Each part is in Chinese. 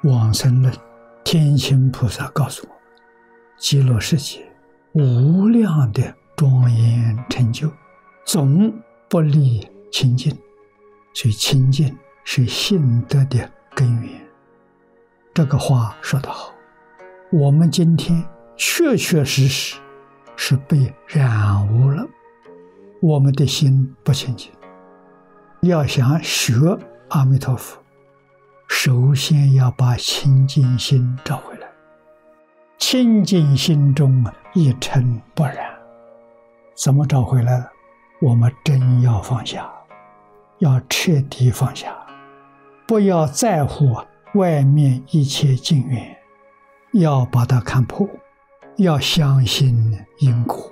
往生论，天亲菩萨告诉我，极乐世界无量的庄严成就，总不离清净。所以清净是信德的根源。这个话说得好，我们今天确确实实是被染污了，我们的心不清净。要想学阿弥陀佛，首先要把清净心找回来。清净心中一尘不染，怎么找回来了？我们真要放下，要彻底放下，不要在乎外面一切境缘，要把它看破，要相信因果。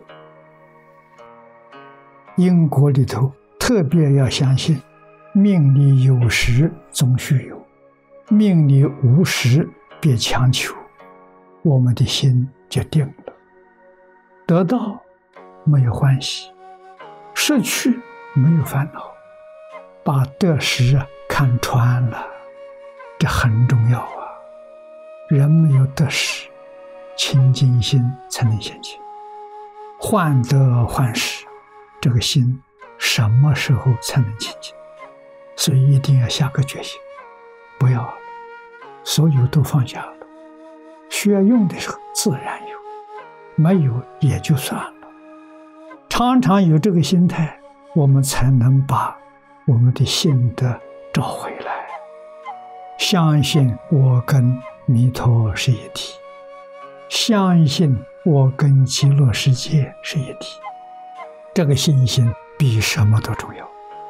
因果里头特别要相信，命里有时总须有，命里无时别强求，我们的心就定了。得到没有欢喜，失去没有烦恼，把得失看穿了，这很重要啊。人没有得失，清净心才能现前。患得患失，这个心什么时候才能清净？所以一定要下个决心，不要了，所有都放下了。需要用的时候自然有，没有也就算了。常常有这个心态，我们才能把我们的信德找回来。相信我跟弥陀是一体，相信我跟极乐世界是一体，这个信心比什么都重要。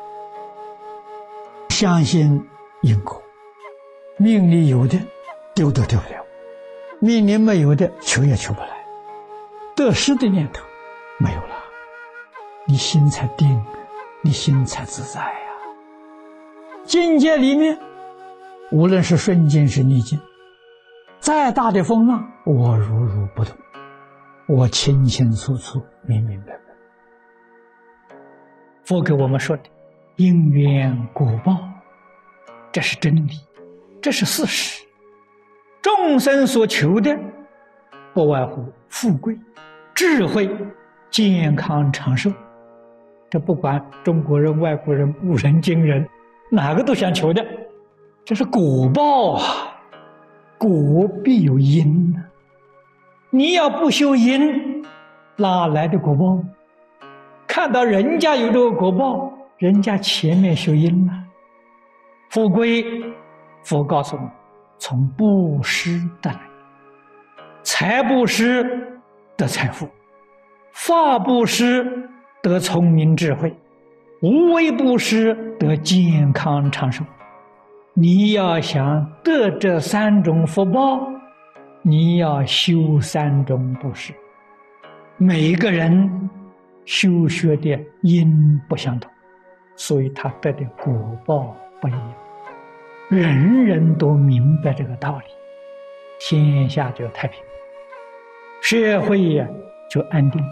相信因果，命里有的丢都丢不了，命里没有的求也求不来，得失的念头没有了，你心才定，你心才自在呀。境界里面，无论是顺境是逆境，再大的风浪，我如如不动，我清清楚楚，明明白白。佛给我们说的因缘果报，这是真理，这是事实。众生所求的不外乎富贵、智慧、健康、长寿，这不管中国人、外国人、古人、今人，哪个都想求的，这是果报啊。果必有因啊，你要不修因，哪来的果报？看到人家有这个果报，人家前面修因了。富贵，佛告诉我们，从布施得来，财布施得财富，法布施得聪明智慧，无为布施得健康长寿。你要想得这三种福报，你要修三种布施。每一个人修学的因不相同，所以他得的果报不一样。人人都明白这个道理，天下就太平，社会就安定。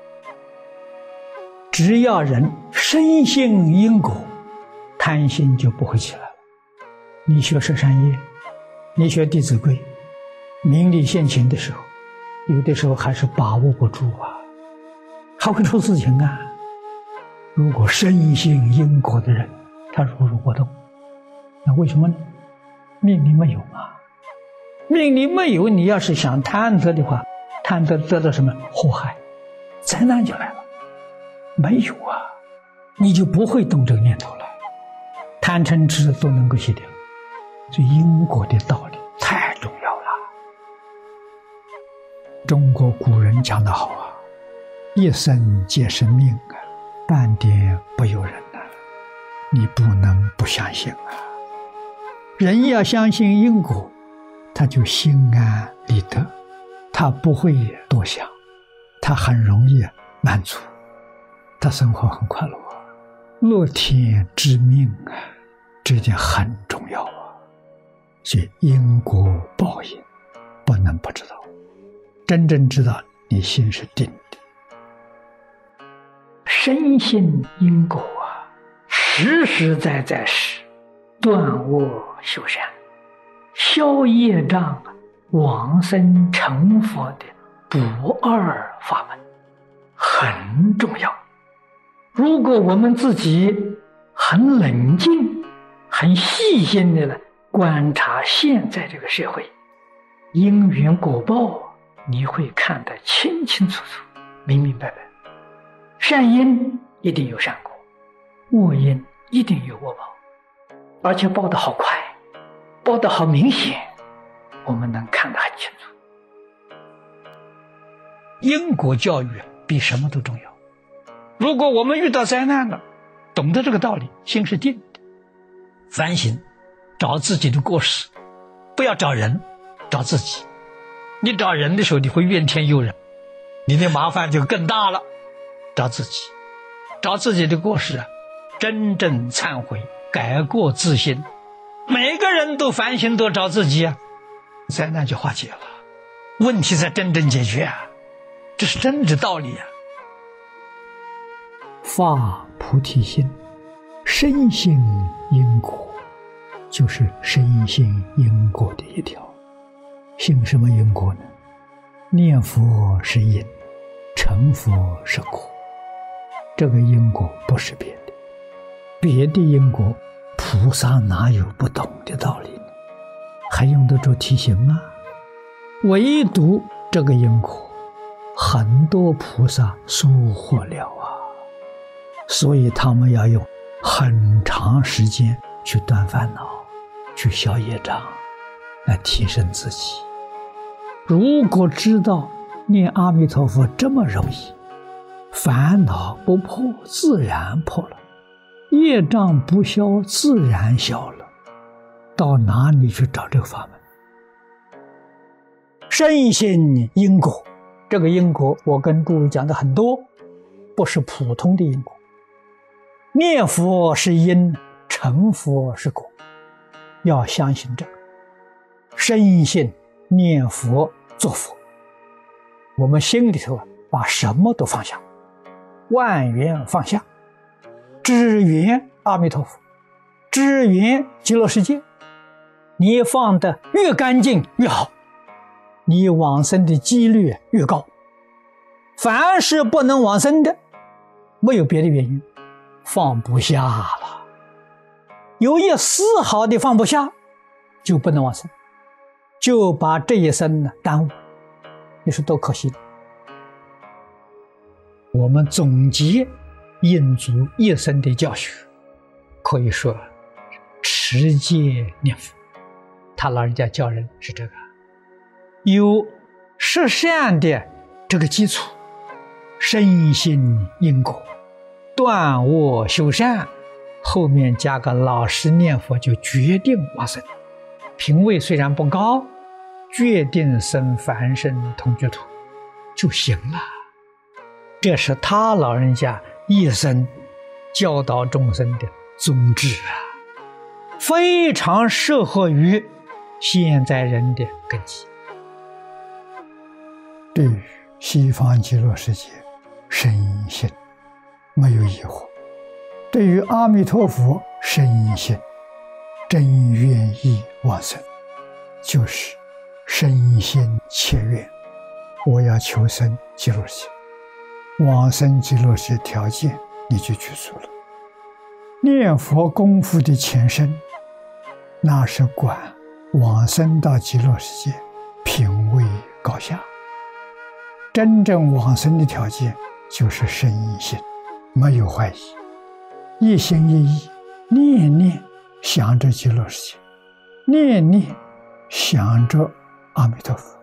只要人深信因果，贪心就不会起来了。你学十善业，你学弟子规，名利现前的时候，有的时候还是把握不住啊，还会出事情啊。如果深信因果的人，他如如不动，那为什么呢？命里没有嘛，命里没有，你要是想贪得的话，贪得得到什么祸害，灾难就来了。没有啊，你就不会动这个念头了，贪嗔痴都能够熄掉。所以因果的道理太重要了。中国古人讲得好啊，一生皆是命啊，半点不由人啊，你不能不相信啊。人要相信因果，他就心安理得，他不会多想，他很容易满足，他生活很快乐，乐天知命啊，这点很重要啊。所以因果报应不能不知道，真正知道你心是定的。深信因果啊，实实在在是断恶修善， 消业障、往生成佛的不二法门，很重要。如果我们自己很冷静、很细心的观察现在这个社会，因缘果报，你会看得清清楚楚、明明白白。善因一定有善果，恶因一定有恶报，而且报得好快，报得好明显，我们能看得很清楚。 因果教育比什么都重要。如果我们遇到灾难了，懂得这个道理，心是定的，反省，找自己的过失，不要找人，找自己。你找人的时候，你会怨天尤人，你的麻烦就更大了。找自己，找自己的过失真正忏悔，改过自新。每个人都反省，都找自己灾难就化解了，问题才真正解决这是真的道理发菩提心，深信因果，就是深信因果的一条。信什么因果呢？念佛是因，成佛是果。这个因果不是别的，别的因果菩萨哪有不懂的道理呢？还用得着提醒吗？唯独这个因果，很多菩萨疏忽了所以他们要用很长时间去断烦恼，去消业障，来提升自己。如果知道念阿弥陀佛这么容易，烦恼不破自然破了，业障不消自然消了，到哪里去找这个法门？ 深信因果，这个因果我跟诸位讲的很多，不是普通的因果。念佛是因，成佛是果，要相信这个，深信念佛做佛。我们心里头把什么都放下，万缘放下，只缘阿弥陀佛，只缘极乐世界。你放得越干净越好，你往生的几率越高。凡是不能往生的，没有别的原因，放不下了。有一丝毫的放不下，就不能往生，就把这一生耽误。你说多可惜。我们总结印祖一生的教学，可以说持戒念佛，他老人家教人是这个，有十善的这个基础，深信因果，断恶修善，后面加个老实念佛，就决定往生。品位虽然不高，决定生凡身同居土就行了。这是他老人家一生教导众生的宗旨非常适合于现在人的根基。 对于西方极乐世界深信，没有疑惑；对于阿弥陀佛深信，真愿意往生，就是深信切愿，我要求生极乐世界。往生极乐世界条件你就具足了。念佛功夫的前身，那是管往生到极乐世界品位高下。真正往生的条件就是深信，没有怀疑，一心一意，念念想着极乐世界，念念想着阿弥陀佛。